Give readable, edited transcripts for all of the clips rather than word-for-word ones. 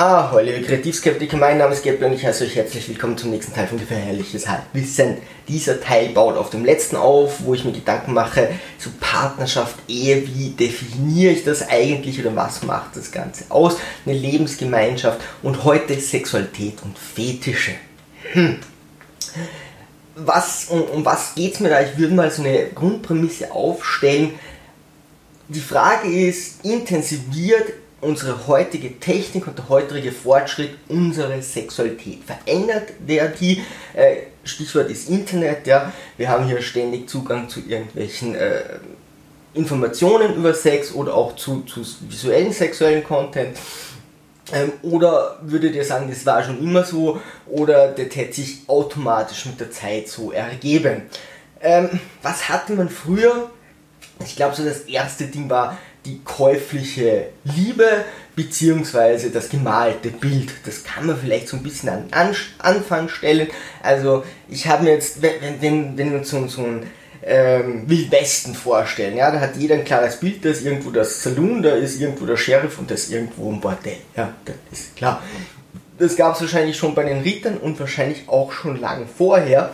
Ahoi, liebe Kreativskeptiker, mein Name ist Gabriel und ich heiße euch herzlich willkommen zum nächsten Teil von Gefährliches Halbwissen. Dieser Teil baut auf dem letzten auf, wo ich mir Gedanken mache zu Partnerschaft, Ehe, wie definiere ich das eigentlich oder was macht das Ganze aus, eine Lebensgemeinschaft und heute Sexualität und Fetische. Um was geht es mir da? Ich würde mal so eine Grundprämisse aufstellen. Die Frage ist, intensiviert unsere heutige Technik und der heutige Fortschritt unsere Sexualität? Verändert der die? Stichwort ist Internet, ja. Wir haben hier ständig Zugang zu irgendwelchen Informationen über Sex oder auch zu visuellen sexuellen Content. Oder würdet ihr sagen, das war schon immer so oder das hätte sich automatisch mit der Zeit so ergeben? Was hatte man früher? Ich glaube, so das erste Ding war die käufliche Liebe beziehungsweise das gemalte Bild. Das kann man vielleicht so ein bisschen an den Anfang stellen. Also ich habe mir jetzt, wenn wir uns so ein Wildwesten vorstellen, ja, da hat jeder ein klares Bild, da ist irgendwo das Saloon, da ist irgendwo der Sheriff und da ist irgendwo ein Bordell. Ja, das ist klar. Das gab es wahrscheinlich schon bei den Rittern und wahrscheinlich auch schon lange vorher.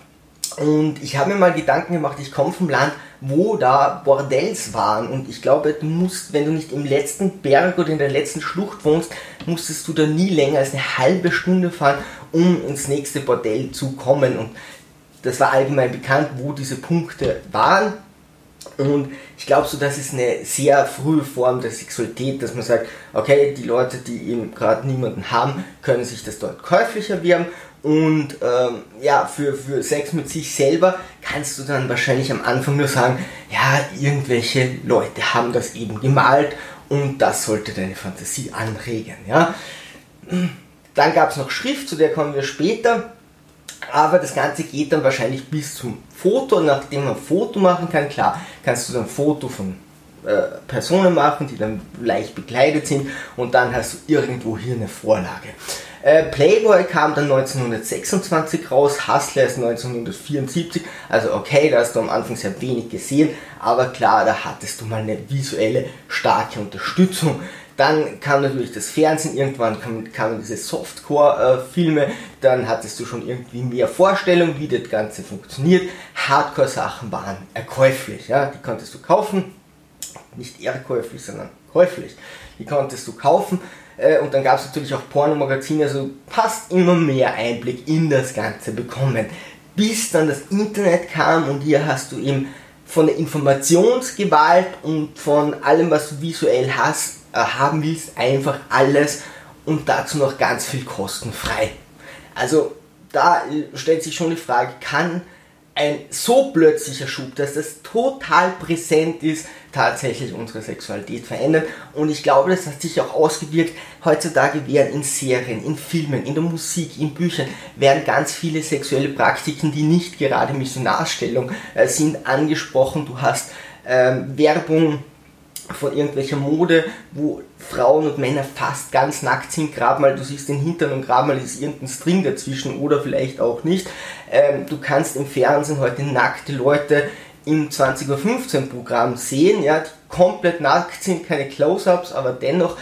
Und ich habe mir mal Gedanken gemacht, ich komme vom Land, wo da Bordells waren und ich glaube, du musst, wenn du nicht im letzten Berg oder in der letzten Schlucht wohnst, musstest du da nie länger als eine halbe Stunde fahren, um ins nächste Bordell zu kommen und das war allgemein bekannt, wo diese Punkte waren und ich glaube so, das ist eine sehr frühe Form der Sexualität, dass man sagt, okay, die Leute, die eben gerade niemanden haben, können sich das dort käuflich erwerben. Und für Sex mit sich selber kannst du dann wahrscheinlich am Anfang nur sagen, ja, irgendwelche Leute haben das eben gemalt und das sollte deine Fantasie anregen. Ja. Dann gab es noch Schrift, zu der kommen wir später, aber das Ganze geht dann wahrscheinlich bis zum Foto. Nachdem man ein Foto machen kann, klar, kannst du dann ein Foto von Personen machen, die dann leicht bekleidet sind und dann hast du irgendwo hier eine Vorlage. Playboy kam dann 1926 raus, Hustler ist 1974, also okay, da hast du am Anfang sehr wenig gesehen, aber klar, da hattest du mal eine visuelle, starke Unterstützung. Dann kam natürlich das Fernsehen, irgendwann kamen diese Softcore-Filme, dann hattest du schon irgendwie mehr Vorstellung, wie das Ganze funktioniert. Hardcore-Sachen waren erkäuflich, ja, die konntest du kaufen, nicht erkäuflich, sondern käuflich, die konntest du kaufen. Und dann gab es natürlich auch Pornomagazine, also fast immer mehr Einblick in das Ganze bekommen. Bis dann das Internet kam und hier hast du eben von der Informationsgewalt und von allem, was du visuell haben willst, einfach alles und dazu noch ganz viel kostenfrei. Also da stellt sich schon die Frage, kann ein so plötzlicher Schub, dass das total präsent ist, tatsächlich unsere Sexualität verändern. Und ich glaube, das hat sich auch ausgewirkt. Heutzutage werden in Serien, in Filmen, in der Musik, in Büchern, werden ganz viele sexuelle Praktiken, die nicht gerade Missionarstellung sind, angesprochen. Du hast Werbung von irgendwelcher Mode, wo Frauen und Männer fast ganz nackt sind, gerade mal du siehst den Hintern und gerade mal ist irgendein String dazwischen oder vielleicht auch nicht. Du kannst im Fernsehen heute nackte Leute im 20:15 Uhr Programm sehen, ja, die komplett nackt sind, keine Close-Ups, aber dennoch,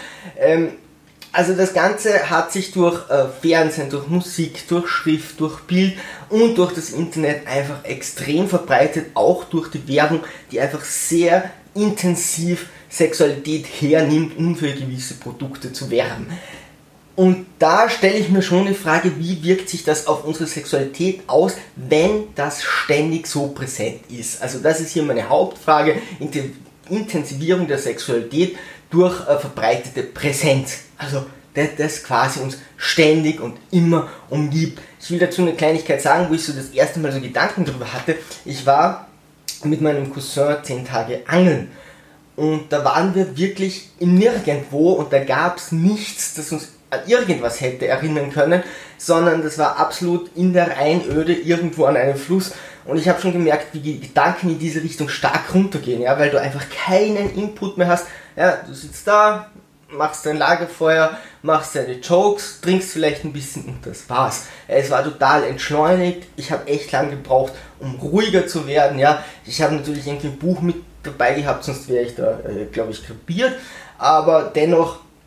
also das Ganze hat sich durch Fernsehen, durch Musik, durch Schrift, durch Bild und durch das Internet einfach extrem verbreitet, auch durch die Werbung, die einfach sehr intensiv Sexualität hernimmt, um für gewisse Produkte zu werben. Und da stelle ich mir schon die Frage, wie wirkt sich das auf unsere Sexualität aus, wenn das ständig so präsent ist? Also das ist hier meine Hauptfrage, Intensivierung der Sexualität durch verbreitete Präsenz. Also das quasi uns ständig und immer umgibt. Ich will dazu eine Kleinigkeit sagen, wo ich so das erste Mal so Gedanken darüber hatte. Ich war mit meinem Cousin 10 Tage angeln und da waren wir wirklich im Nirgendwo und da gab es nichts, das uns an irgendwas hätte erinnern können, sondern das war absolut in der Einöde irgendwo an einem Fluss und ich habe schon gemerkt, wie die Gedanken in diese Richtung stark runtergehen, ja, weil du einfach keinen Input mehr hast. Ja, du sitzt da, machst dein Lagerfeuer, machst deine Jokes, trinkst vielleicht ein bisschen und das war's. Es war total entschleunigt, ich habe echt lange gebraucht, um ruhiger zu werden, ja. Ich habe natürlich irgendwie ein Buch mit dabei gehabt, sonst wäre ich da, glaube ich, krepiert, aber dennoch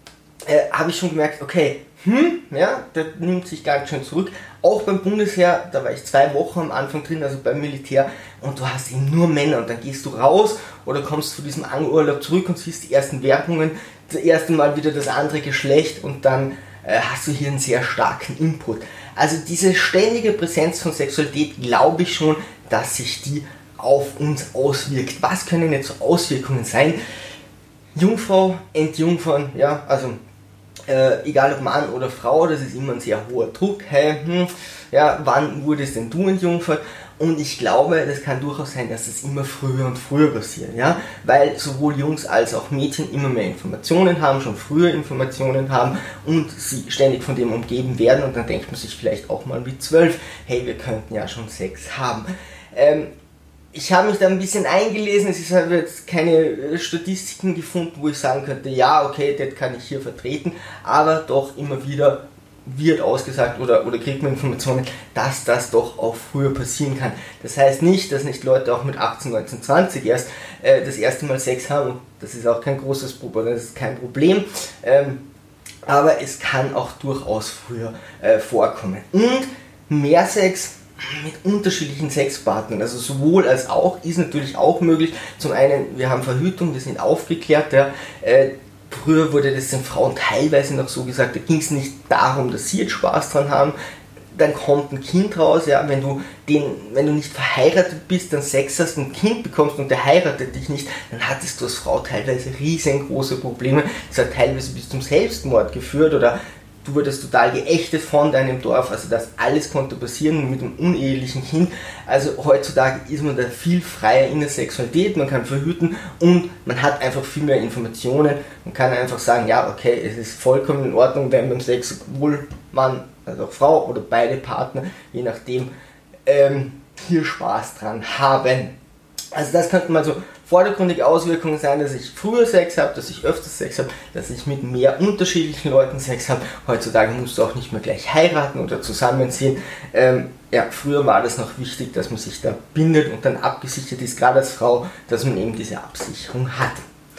habe ich schon gemerkt, okay, ja, der nimmt sich ganz schön zurück. Auch beim Bundesheer, da war ich 2 Wochen am Anfang drin, also beim Militär, und du hast eben nur Männer und dann gehst du raus oder kommst von diesem Urlaub zurück und siehst die ersten Werbungen, das erste Mal wieder das andere Geschlecht und dann hast du hier einen sehr starken Input. Also diese ständige Präsenz von Sexualität, glaube ich schon, dass sich die auf uns auswirkt. Was können jetzt so Auswirkungen sein? Jungfrau, Entjungfern, ja, also egal ob Mann oder Frau, das ist immer ein sehr hoher Druck. Hey, ja, wann wurdest denn du entjungfert? Und ich glaube, das kann durchaus sein, dass das immer früher und früher passiert, ja, weil sowohl Jungs als auch Mädchen immer mehr Informationen haben, schon früher Informationen haben und sie ständig von dem umgeben werden und dann denkt man sich vielleicht auch mal mit 12, hey, wir könnten ja schon Sex haben. Ich habe mich da ein bisschen eingelesen, es habe jetzt keine Statistiken gefunden, wo ich sagen könnte, ja, okay, das kann ich hier vertreten, aber doch immer wieder wird ausgesagt oder kriegt man Informationen, dass das doch auch früher passieren kann. Das heißt nicht, dass nicht Leute auch mit 18, 19, 20 erst das erste Mal Sex haben und das ist auch kein großes Problem, das ist kein Problem, aber es kann auch durchaus früher vorkommen. Und mehr Sex mit unterschiedlichen Sexpartnern, also sowohl als auch, ist natürlich auch möglich. Zum einen, wir haben Verhütung, wir sind aufgeklärt, ja, früher wurde das den Frauen teilweise noch so gesagt, da ging es nicht darum, dass sie jetzt Spaß dran haben, dann kommt ein Kind raus, ja, wenn du nicht verheiratet bist, dann Sex hast, ein Kind bekommst und der heiratet dich nicht, dann hattest du als Frau teilweise riesengroße Probleme, das hat teilweise bis zum Selbstmord geführt oder du wurdest total geächtet von deinem Dorf, also das alles konnte passieren mit einem unehelichen Kind. Also heutzutage ist man da viel freier in der Sexualität, man kann verhüten und man hat einfach viel mehr Informationen. Man kann einfach sagen, ja, okay, es ist vollkommen in Ordnung, wenn beim Sex wohl Mann, also auch Frau oder beide Partner, je nachdem, hier Spaß dran haben. Also das könnten mal so vordergründige Auswirkungen sein, dass ich früher Sex habe, dass ich öfter Sex habe, dass ich mit mehr unterschiedlichen Leuten Sex habe. Heutzutage musst du auch nicht mehr gleich heiraten oder zusammenziehen. Ja, früher war das noch wichtig, dass man sich da bindet und dann abgesichert ist, gerade als Frau, dass man eben diese Absicherung hat.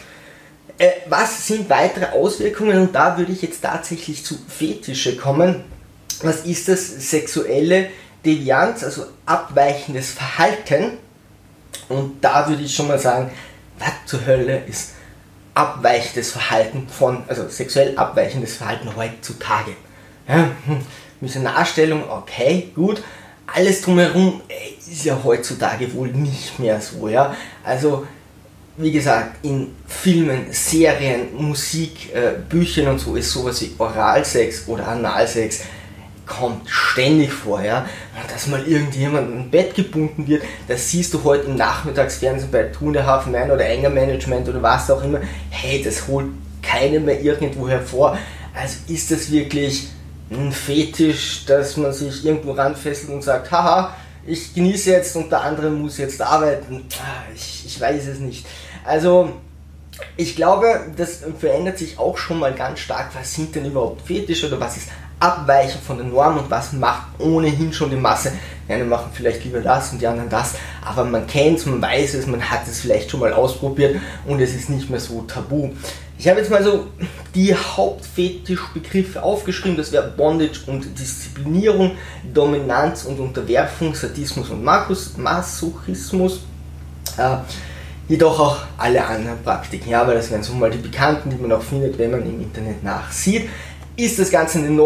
Was sind weitere Auswirkungen? Und da würde ich jetzt tatsächlich zu Fetische kommen. Was ist das? Sexuelle Devianz, also abweichendes Verhalten. Und da würde ich schon mal sagen, was zur Hölle ist abweichendes Verhalten also sexuell abweichendes Verhalten heutzutage? Ja, Missionarstellung, okay, gut. Alles drumherum ist ja heutzutage wohl nicht mehr so, ja. Also, wie gesagt, in Filmen, Serien, Musik, Büchern und so ist sowas wie Oralsex oder Analsex kommt ständig vor, ja. Und dass mal irgendjemand im Bett gebunden wird, das siehst du heute im Nachmittagsfernsehen bei Two and a Half Men oder Anger Management oder was auch immer. Hey, das holt keiner mehr irgendwo hervor. Also ist das wirklich ein Fetisch, dass man sich irgendwo ranfesselt und sagt, haha, ich genieße jetzt und der andere muss jetzt arbeiten. Ich weiß es nicht. Also ich glaube, das verändert sich auch schon mal ganz stark. Was sind denn überhaupt Fetische oder was ist Abweichen von der Norm und was macht ohnehin schon die Masse? Die einen machen vielleicht lieber das und die anderen das, aber man kennt es, man weiß es, man hat es vielleicht schon mal ausprobiert und es ist nicht mehr so tabu. Ich habe jetzt mal so die Hauptfetischbegriffe aufgeschrieben, das wäre Bondage und Disziplinierung, Dominanz und Unterwerfung, Sadismus und Masochismus. Jedoch auch alle anderen Praktiken, ja, weil das wären so mal die bekannten, die man auch findet, wenn man im Internet nachsieht. Ist das Ganze eine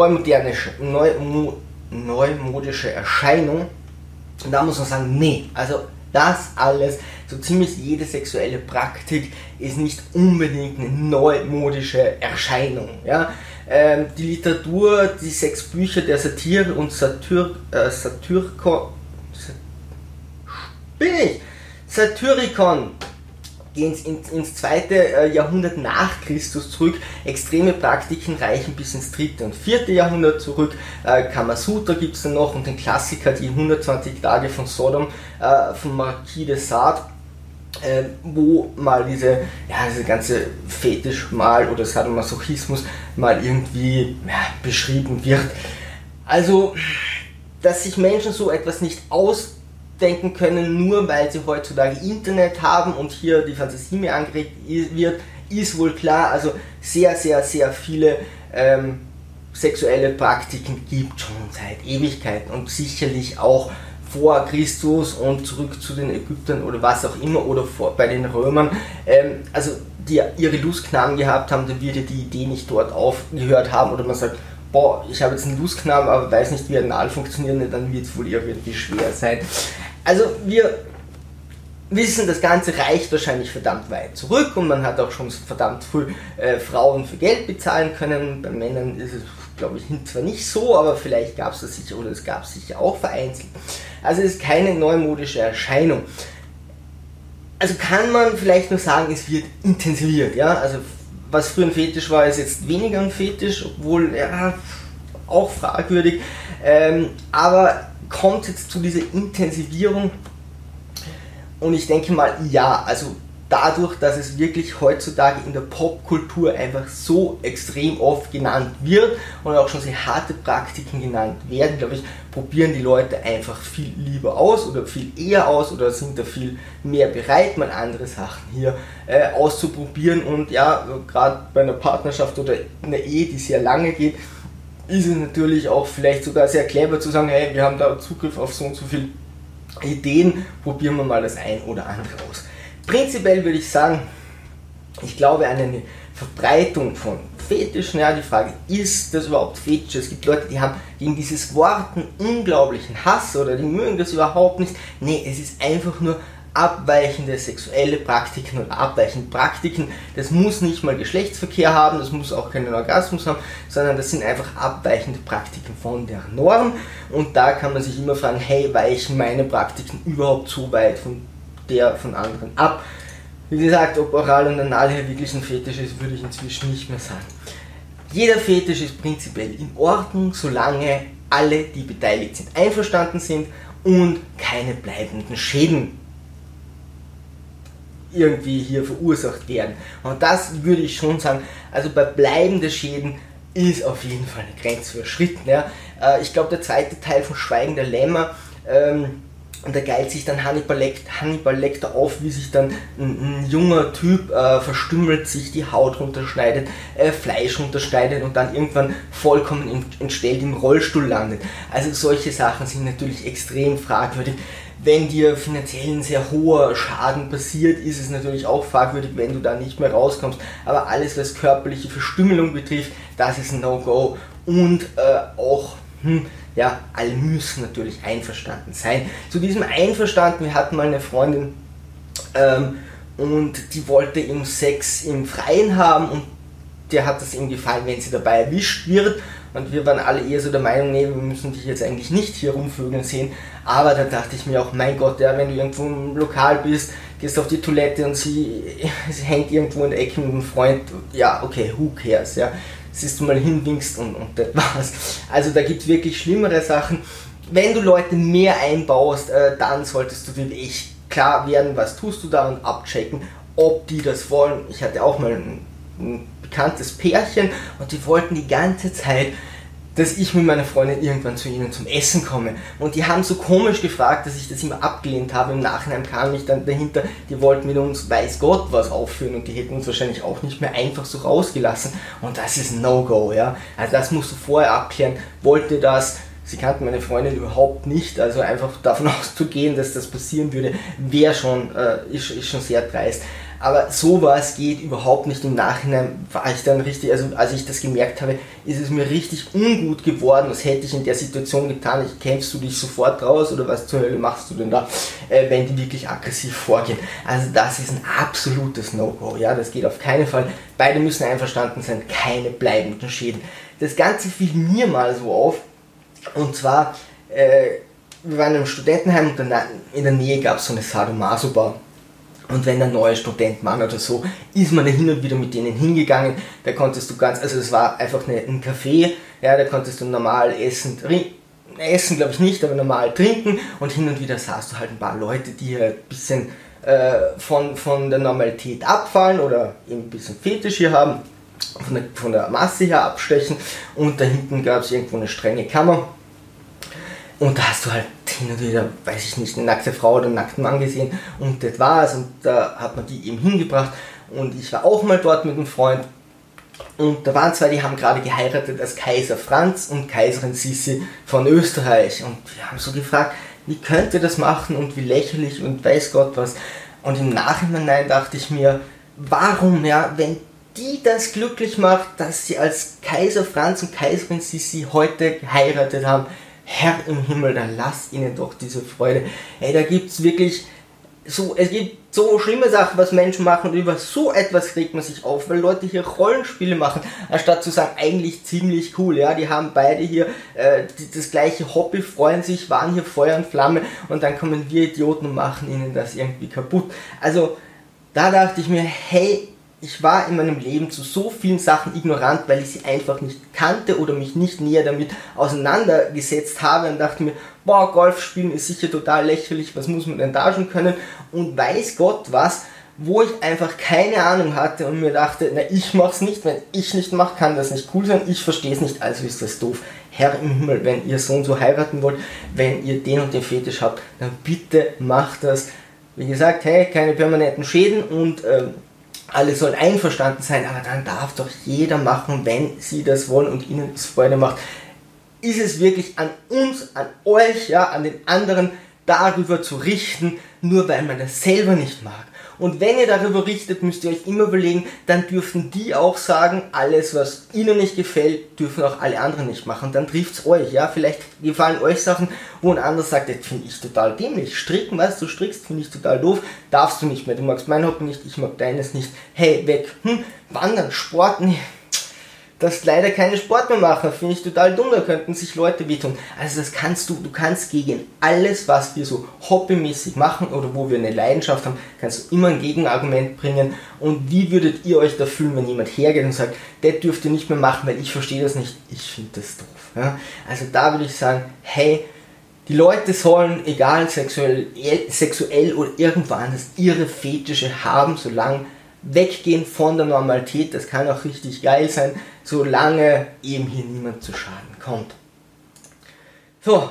neumodische Erscheinung? Und da muss man sagen, nee, also das alles, so ziemlich jede sexuelle Praktik ist nicht unbedingt eine neumodische Erscheinung. Ja? Die Literatur, die 6 Bücher der Satire und Satyricon gehen ins 2. Jahrhundert nach Christus zurück. Extreme Praktiken reichen bis ins 3. und 4. Jahrhundert zurück. Kamasutra gibt es dann noch und den Klassiker, die 120 Tage von Sodom von Marquis de Sade, wo mal diese ganze Fetisch mal oder Sadomasochismus mal irgendwie beschrieben wird. Also, dass sich Menschen so etwas nicht ausdenken können, nur weil sie heutzutage Internet haben und hier die Fantasie mehr angeregt wird, ist wohl klar, also sehr, sehr, sehr viele sexuelle Praktiken gibt schon seit Ewigkeiten und sicherlich auch vor Christus und zurück zu den Ägyptern oder was auch immer oder bei den Römern, also die ihre Lustknaben gehabt haben, da wird ja die Idee nicht dort aufgehört haben oder man sagt, boah, ich habe jetzt einen Lustknaben, aber weiß nicht, wie ein Anal funktioniert, dann wird es wohl irgendwie schwer sein. Also wir wissen, das Ganze reicht wahrscheinlich verdammt weit zurück und man hat auch schon verdammt früh Frauen für Geld bezahlen können. Bei Männern ist es, glaube ich, zwar nicht so, aber vielleicht gab es das sicher oder es gab es sicher auch vereinzelt. Also es ist keine neumodische Erscheinung. Also kann man vielleicht nur sagen, es wird intensiviert. Ja? Also was früher ein Fetisch war, ist jetzt weniger ein Fetisch, obwohl ja auch fragwürdig. Aber kommt jetzt zu dieser Intensivierung? Und ich denke mal, ja, also dadurch, dass es wirklich heutzutage in der Popkultur einfach so extrem oft genannt wird und auch schon sehr harte Praktiken genannt werden, glaube ich, probieren die Leute einfach viel lieber aus oder viel eher aus oder sind da viel mehr bereit, mal andere Sachen hier auszuprobieren. Und ja, gerade bei einer Partnerschaft oder einer Ehe, die sehr lange geht, ist es natürlich auch vielleicht sogar sehr clever zu sagen, hey, wir haben da Zugriff auf so und so viel Ideen, probieren wir mal das ein oder andere aus. Prinzipiell würde ich sagen, ich glaube an eine Verbreitung von Fetischen. Ja, die Frage, ist das überhaupt Fetisch? Es gibt Leute, die haben gegen dieses Wort einen unglaublichen Hass oder die mögen das überhaupt nicht. Nee, es ist einfach nur abweichende sexuelle Praktiken oder abweichende Praktiken. Das muss nicht mal Geschlechtsverkehr haben, das muss auch keinen Orgasmus haben, sondern das sind einfach abweichende Praktiken von der Norm. Und da kann man sich immer fragen, hey, weichen meine Praktiken überhaupt so weit von der von anderen ab? Wie gesagt, ob Oral und Anal hier wirklich ein Fetisch ist, würde ich inzwischen nicht mehr sagen. Jeder Fetisch ist prinzipiell in Ordnung, solange alle, die beteiligt sind, einverstanden sind und keine bleibenden Schäden irgendwie hier verursacht werden. Und das würde ich schon sagen, also bei bleibenden Schäden ist auf jeden Fall eine Grenze überschritten. Ja. Ich glaube, der zweite Teil von Schweigen der Lämmer, und da geilt sich dann Hannibal Lecter auf, wie sich dann ein junger Typ verstümmelt, sich die Haut runterschneidet, Fleisch runterschneidet und dann irgendwann vollkommen entstellt im Rollstuhl landet. Also solche Sachen sind natürlich extrem fragwürdig. Wenn dir finanziell ein sehr hoher Schaden passiert, ist es natürlich auch fragwürdig, wenn du da nicht mehr rauskommst. Aber alles, was körperliche Verstümmelung betrifft, das ist ein No-Go. Und auch, ja, alle müssen natürlich einverstanden sein. Zu diesem Einverstanden, wir hatten mal eine Freundin und die wollte eben Sex im Freien haben und der hat das ihm gefallen, wenn sie dabei erwischt wird. Und wir waren alle eher so der Meinung, nee, wir müssen dich jetzt eigentlich nicht hier rumvögeln sehen. Aber da dachte ich mir auch, mein Gott, ja, wenn du irgendwo im Lokal bist, gehst auf die Toilette und sie hängt irgendwo in der Ecke mit einem Freund, ja, okay, who cares, ja. Siehst du mal hinwinkst und das war's. Also da gibt es wirklich schlimmere Sachen. Wenn du Leute mehr einbaust, dann solltest du dir echt klar werden, was tust du da und abchecken, ob die das wollen. Ich hatte auch mal ein bekanntes Pärchen und die wollten die ganze Zeit, dass ich mit meiner Freundin irgendwann zu ihnen zum Essen komme. Und die haben so komisch gefragt, dass ich das immer abgelehnt habe. Im Nachhinein kam ich dann dahinter, die wollten mit uns weiß Gott was aufführen und die hätten uns wahrscheinlich auch nicht mehr einfach so rausgelassen. Und das ist ein No-Go, ja. Also das musst du vorher abklären. Wollte das? Sie kannten meine Freundin überhaupt nicht, also einfach davon auszugehen, dass das passieren würde, wäre schon, ist schon sehr dreist. Aber sowas geht überhaupt nicht. Im Nachhinein war ich dann richtig, also als ich das gemerkt habe, ist es mir richtig ungut geworden. Was hätte ich in der Situation getan? Kämpfst du dich sofort raus oder was zur Hölle machst du denn da, wenn die wirklich aggressiv vorgehen? Also das ist ein absolutes No-Go, ja, das geht auf keinen Fall. Beide müssen einverstanden sein, keine bleibenden Schäden. Das Ganze fiel mir mal so auf, und zwar, wir waren im Studentenheim und in der Nähe gab es so eine Sadomaso-Bar. Und wenn ein neuer Student, Mann oder so, ist man da hin und wieder mit denen hingegangen, da konntest du also es war einfach ein Café, ja, da konntest du normal essen glaube ich nicht, aber normal trinken und hin und wieder sahst du halt ein paar Leute, die ein bisschen von der Normalität abfallen oder eben ein bisschen Fetisch hier haben, von der Masse her abstechen und da hinten gab es irgendwo eine strenge Kammer. Und da hast du halt hin und wieder, weiß ich nicht, eine nackte Frau oder einen nackten Mann gesehen und das war's und da hat man die eben hingebracht und ich war auch mal dort mit einem Freund. Und da waren zwei, die haben gerade geheiratet als Kaiser Franz und Kaiserin Sissi von Österreich. Und wir haben so gefragt, wie könnt ihr das machen und wie lächerlich und weiß Gott was. Und im Nachhinein dachte ich mir, warum, ja, wenn die das glücklich macht, dass sie als Kaiser Franz und Kaiserin Sissi heute geheiratet haben, Herr im Himmel, dann lasst ihnen doch diese Freude. Ey, da gibt's wirklich so, es gibt so schlimme Sachen, was Menschen machen, und über so etwas regt man sich auf, weil Leute hier Rollenspiele machen, anstatt zu sagen, eigentlich ziemlich cool, ja, die haben beide hier das gleiche Hobby, freuen sich, waren hier Feuer und Flamme, und dann kommen wir Idioten und machen ihnen das irgendwie kaputt. Also, da dachte ich mir, hey, ich war in meinem Leben zu so vielen Sachen ignorant, weil ich sie einfach nicht kannte oder mich nicht näher damit auseinandergesetzt habe, und dachte mir, boah, Golf spielen ist sicher total lächerlich, was muss man denn da schon können, und weiß Gott was, wo ich einfach keine Ahnung hatte und mir dachte, na, ich mach's nicht, wenn ich nicht mache, kann das nicht cool sein, ich verstehe es nicht, also ist das doof. Herr im Himmel, wenn ihr so und so heiraten wollt, wenn ihr den und den Fetisch habt, dann bitte macht das. Wie gesagt, hey, keine permanenten Schäden und alle sollen einverstanden sein, aber dann darf doch jeder machen, wenn sie das wollen und ihnen es Freude macht. Ist es wirklich an uns, an euch, ja, an den anderen, darüber zu richten, nur weil man das selber nicht mag. Und wenn ihr darüber richtet, müsst ihr euch immer überlegen, dann dürfen die auch sagen, alles was ihnen nicht gefällt, dürfen auch alle anderen nicht machen. Dann trifft's euch, ja, vielleicht gefallen euch Sachen, wo ein anderer sagt, das finde ich total dämlich. Stricken, was du strickst, finde ich total doof, darfst du nicht mehr. Du magst mein Hobby nicht, ich mag deines nicht. Hey, weg. Wandern, Sport, nee. Das leider keine Sport mehr machen, finde ich total dumm, da könnten sich Leute wehtun. Also das kannst du kannst gegen alles, was wir so hobbymäßig machen oder wo wir eine Leidenschaft haben, kannst du immer ein Gegenargument bringen. Und wie würdet ihr euch da fühlen, wenn jemand hergeht und sagt, das dürft ihr nicht mehr machen, weil ich verstehe das nicht, ich finde das doof. Ja? Also da würde ich sagen, hey, die Leute sollen, egal sexuell oder irgendwo anders, ihre Fetische haben, solange weggehen von der Normalität, das kann auch richtig geil sein, solange eben hier niemand zu Schaden kommt. So,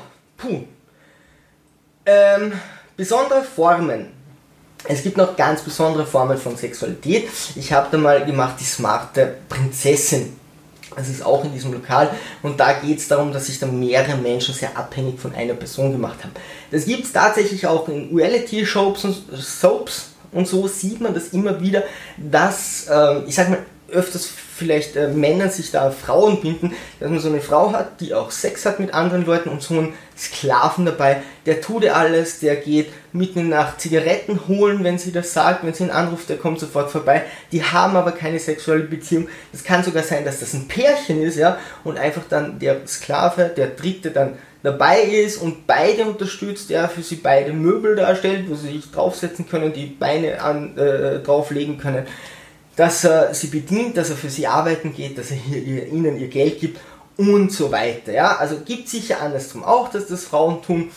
besondere Formen. Es gibt noch ganz besondere Formen von Sexualität. Ich habe da mal gemacht, die smarte Prinzessin. Das ist auch in diesem Lokal, und da geht es darum, dass sich da mehrere Menschen sehr abhängig von einer Person gemacht haben. Das gibt es tatsächlich auch in Reality-Soaps und Soaps. Und so sieht man das immer wieder, dass, ich sag mal, öfters vielleicht Männer sich da an Frauen binden, dass man so eine Frau hat, die auch Sex hat mit anderen Leuten, und so einen Sklaven dabei, der tut ja alles, der geht mitten in der Nacht Zigaretten holen, wenn sie das sagt, wenn sie ihn anruft, der kommt sofort vorbei, die haben aber keine sexuelle Beziehung. Das kann sogar sein, dass das ein Pärchen ist, ja, und einfach dann der Sklave, der Dritte dann dabei ist und beide unterstützt, ja, für sie beide Möbel darstellt, wo sie sich draufsetzen können, die Beine drauflegen können, dass er sie bedient, dass er für sie arbeiten geht, dass er ihnen ihr Geld gibt und so weiter. Ja? Also gibt sicher andersrum auch, dass das Frauen tun,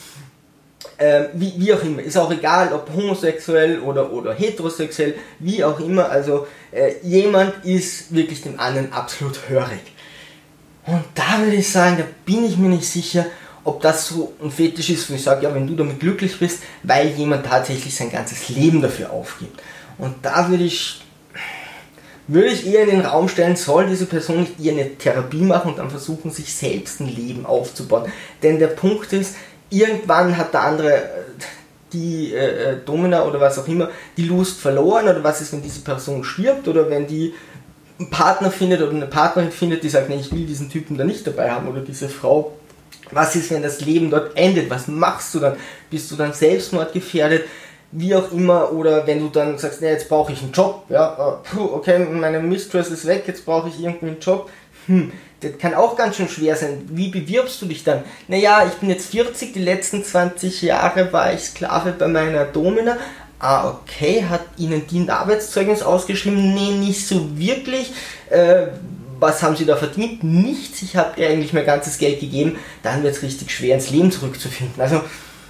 wie auch immer. Ist auch egal, ob homosexuell oder heterosexuell, wie auch immer. Also jemand ist wirklich dem anderen absolut hörig. Und da würde ich sagen, da bin ich mir nicht sicher, ob das so ein Fetisch ist, wo ich sage, ja, wenn du damit glücklich bist, weil jemand tatsächlich sein ganzes Leben dafür aufgibt. Und da würde ich eher in den Raum stellen, soll diese Person nicht eher eine Therapie machen und dann versuchen, sich selbst ein Leben aufzubauen. Denn der Punkt ist, irgendwann hat der andere, die Domina oder was auch immer, die Lust verloren, oder was ist, wenn diese Person stirbt, oder wenn die einen Partner findet oder eine Partnerin findet, die sagt, nee, ich will diesen Typen da nicht dabei haben, oder diese Frau. Was ist, wenn das Leben dort endet? Was machst du dann? Bist du dann selbstmordgefährdet? Wie auch immer, oder wenn du dann sagst, nee, jetzt brauche ich einen Job, ja, okay, meine Mistress ist weg, jetzt brauche ich irgendwie einen Job, das kann auch ganz schön schwer sein. Wie bewirbst du dich dann? Naja, ich bin jetzt 40, die letzten 20 Jahre war ich Sklave bei meiner Domina. Ah, okay, hat Ihnen die ein Arbeitszeugnis ausgeschrieben? Nee, nicht so wirklich. Was haben Sie da verdient? Nichts, ich habe dir eigentlich mein ganzes Geld gegeben. Dann wird es richtig schwer, ins Leben zurückzufinden. Also,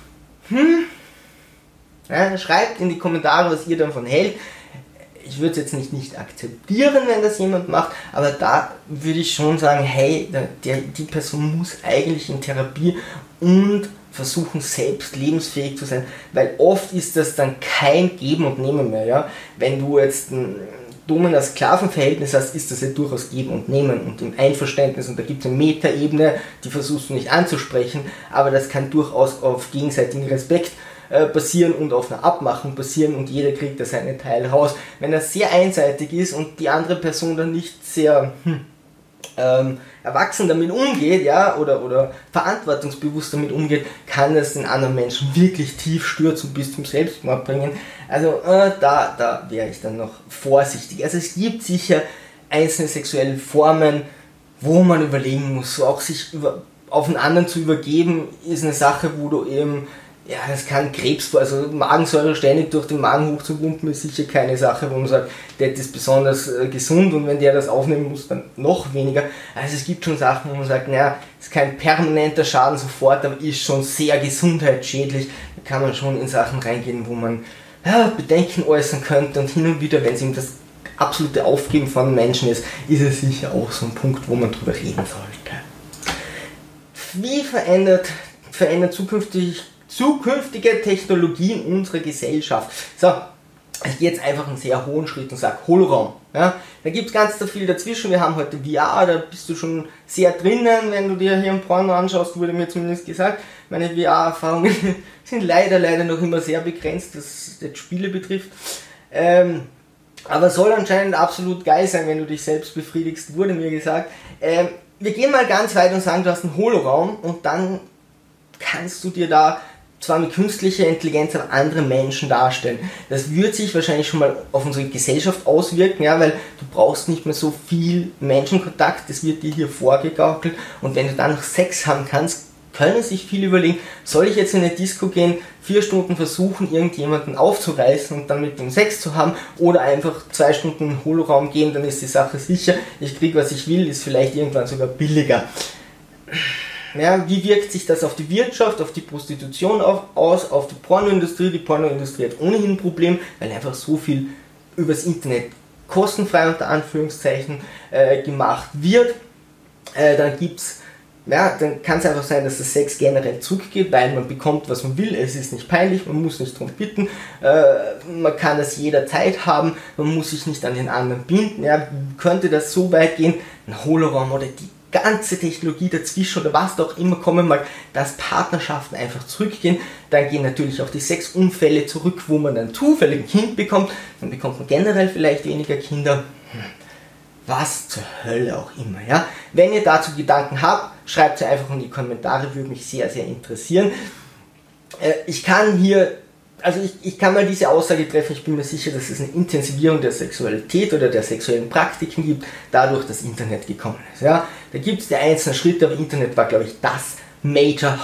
ja, schreibt in die Kommentare, was ihr davon hält. Ich würde es jetzt nicht akzeptieren, wenn das jemand macht, aber da würde ich schon sagen, hey, die Person muss eigentlich in Therapie und versuchen, selbst lebensfähig zu sein, weil oft ist das dann kein Geben und Nehmen mehr, ja. Wenn du jetzt Domina-Sklaven-Verhältnis hast, ist das ja durchaus Geben und Nehmen und im Einverständnis, und da gibt es eine Metaebene, die versuchst du nicht anzusprechen, aber das kann durchaus auf gegenseitigen Respekt passieren und auf einer Abmachung passieren und jeder kriegt da seinen Teil raus. Wenn das sehr einseitig ist und die andere Person dann nicht sehr erwachsen damit umgeht, ja, oder verantwortungsbewusst damit umgeht, kann das den anderen Menschen wirklich tief stürzen bis zum Selbstmord bringen. Also da wäre ich dann noch vorsichtig. Also es gibt sicher einzelne sexuelle Formen, wo man überlegen muss, so auch sich auf einen anderen zu übergeben, ist eine Sache, wo du eben, ja, das kann Krebs, also Magensäure ständig durch den Magen hochzupumpen, ist sicher keine Sache, wo man sagt, der ist besonders gesund und wenn der das aufnehmen muss, dann noch weniger. Also es gibt schon Sachen, wo man sagt, naja, ist kein permanenter Schaden sofort, aber ist schon sehr gesundheitsschädlich. Da kann man schon in Sachen reingehen, wo man Bedenken äußern könnte, und hin und wieder, wenn es ihm das absolute Aufgeben von Menschen ist, ist es sicher auch so ein Punkt, wo man drüber reden sollte. Wie verändert zukünftige Technologien unsere Gesellschaft? So, ich gehe jetzt einfach einen sehr hohen Schritt und sage Holoraum. Ja? Da gibt es ganz viel dazwischen. Wir haben heute VR, da bist du schon sehr drinnen, wenn du dir hier ein Porno anschaust, wurde mir zumindest gesagt. Meine VR-Erfahrungen sind leider noch immer sehr begrenzt, was jetzt Spiele betrifft. Aber soll anscheinend absolut geil sein, wenn du dich selbst befriedigst, wurde mir gesagt. Wir gehen mal ganz weit und sagen, du hast einen Holoraum und dann kannst du dir da zwar mit künstlicher Intelligenz aber andere Menschen darstellen. Das wird sich wahrscheinlich schon mal auf unsere Gesellschaft auswirken, ja, weil du brauchst nicht mehr so viel Menschenkontakt, das wird dir hier vorgegaukelt, und wenn du dann noch Sex haben kannst, können sich viele überlegen, soll ich jetzt in eine Disco gehen, 4 Stunden versuchen, irgendjemanden aufzureißen und dann mit dem Sex zu haben, oder einfach 2 Stunden in den Holoraum gehen, dann ist die Sache sicher, ich kriege was ich will, ist vielleicht irgendwann sogar billiger. Ja, wie wirkt sich das auf die Wirtschaft, auf die Prostitution aus, auf die Pornoindustrie? Die Pornoindustrie hat ohnehin ein Problem, weil einfach so viel übers Internet kostenfrei unter Anführungszeichen gemacht wird. Dann kann es einfach sein, dass der Sex generell zurückgeht, weil man bekommt, was man will, es ist nicht peinlich, man muss nicht darum bitten, man kann es jederzeit haben, man muss sich nicht an den anderen binden. Ja, könnte das so weit gehen, ein Holoraum oder die ganze Technologie dazwischen oder was doch immer kommen mag, dass Partnerschaften einfach zurückgehen, dann gehen natürlich auch die Sexunfälle zurück, wo man dann zufällig ein Kind bekommt, dann bekommt man generell vielleicht weniger Kinder. Was zur Hölle auch immer, ja. Wenn ihr dazu Gedanken habt, schreibt sie einfach in die Kommentare, würde mich sehr, sehr interessieren. Ich kann mal diese Aussage treffen, ich bin mir sicher, dass es eine Intensivierung der Sexualität oder der sexuellen Praktiken gibt, dadurch das Internet gekommen ist, ja. Da gibt es die einzelnen Schritte, aber Internet war, glaube ich, das Major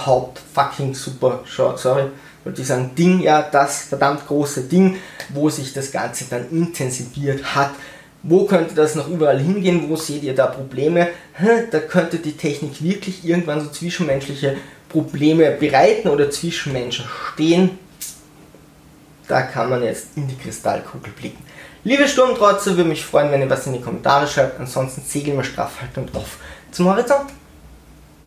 Ding, ja, das verdammt große Ding, wo sich das Ganze dann intensiviert hat. Wo könnte das noch überall hingehen? Wo seht ihr da Probleme? Da könnte die Technik wirklich irgendwann so zwischenmenschliche Probleme bereiten oder zwischen Menschen stehen. Da kann man jetzt in die Kristallkugel blicken. Liebe Sturmtrotzer, würde mich freuen, wenn ihr was in die Kommentare schreibt. Ansonsten segeln wir straff halt und auf zum Horizont.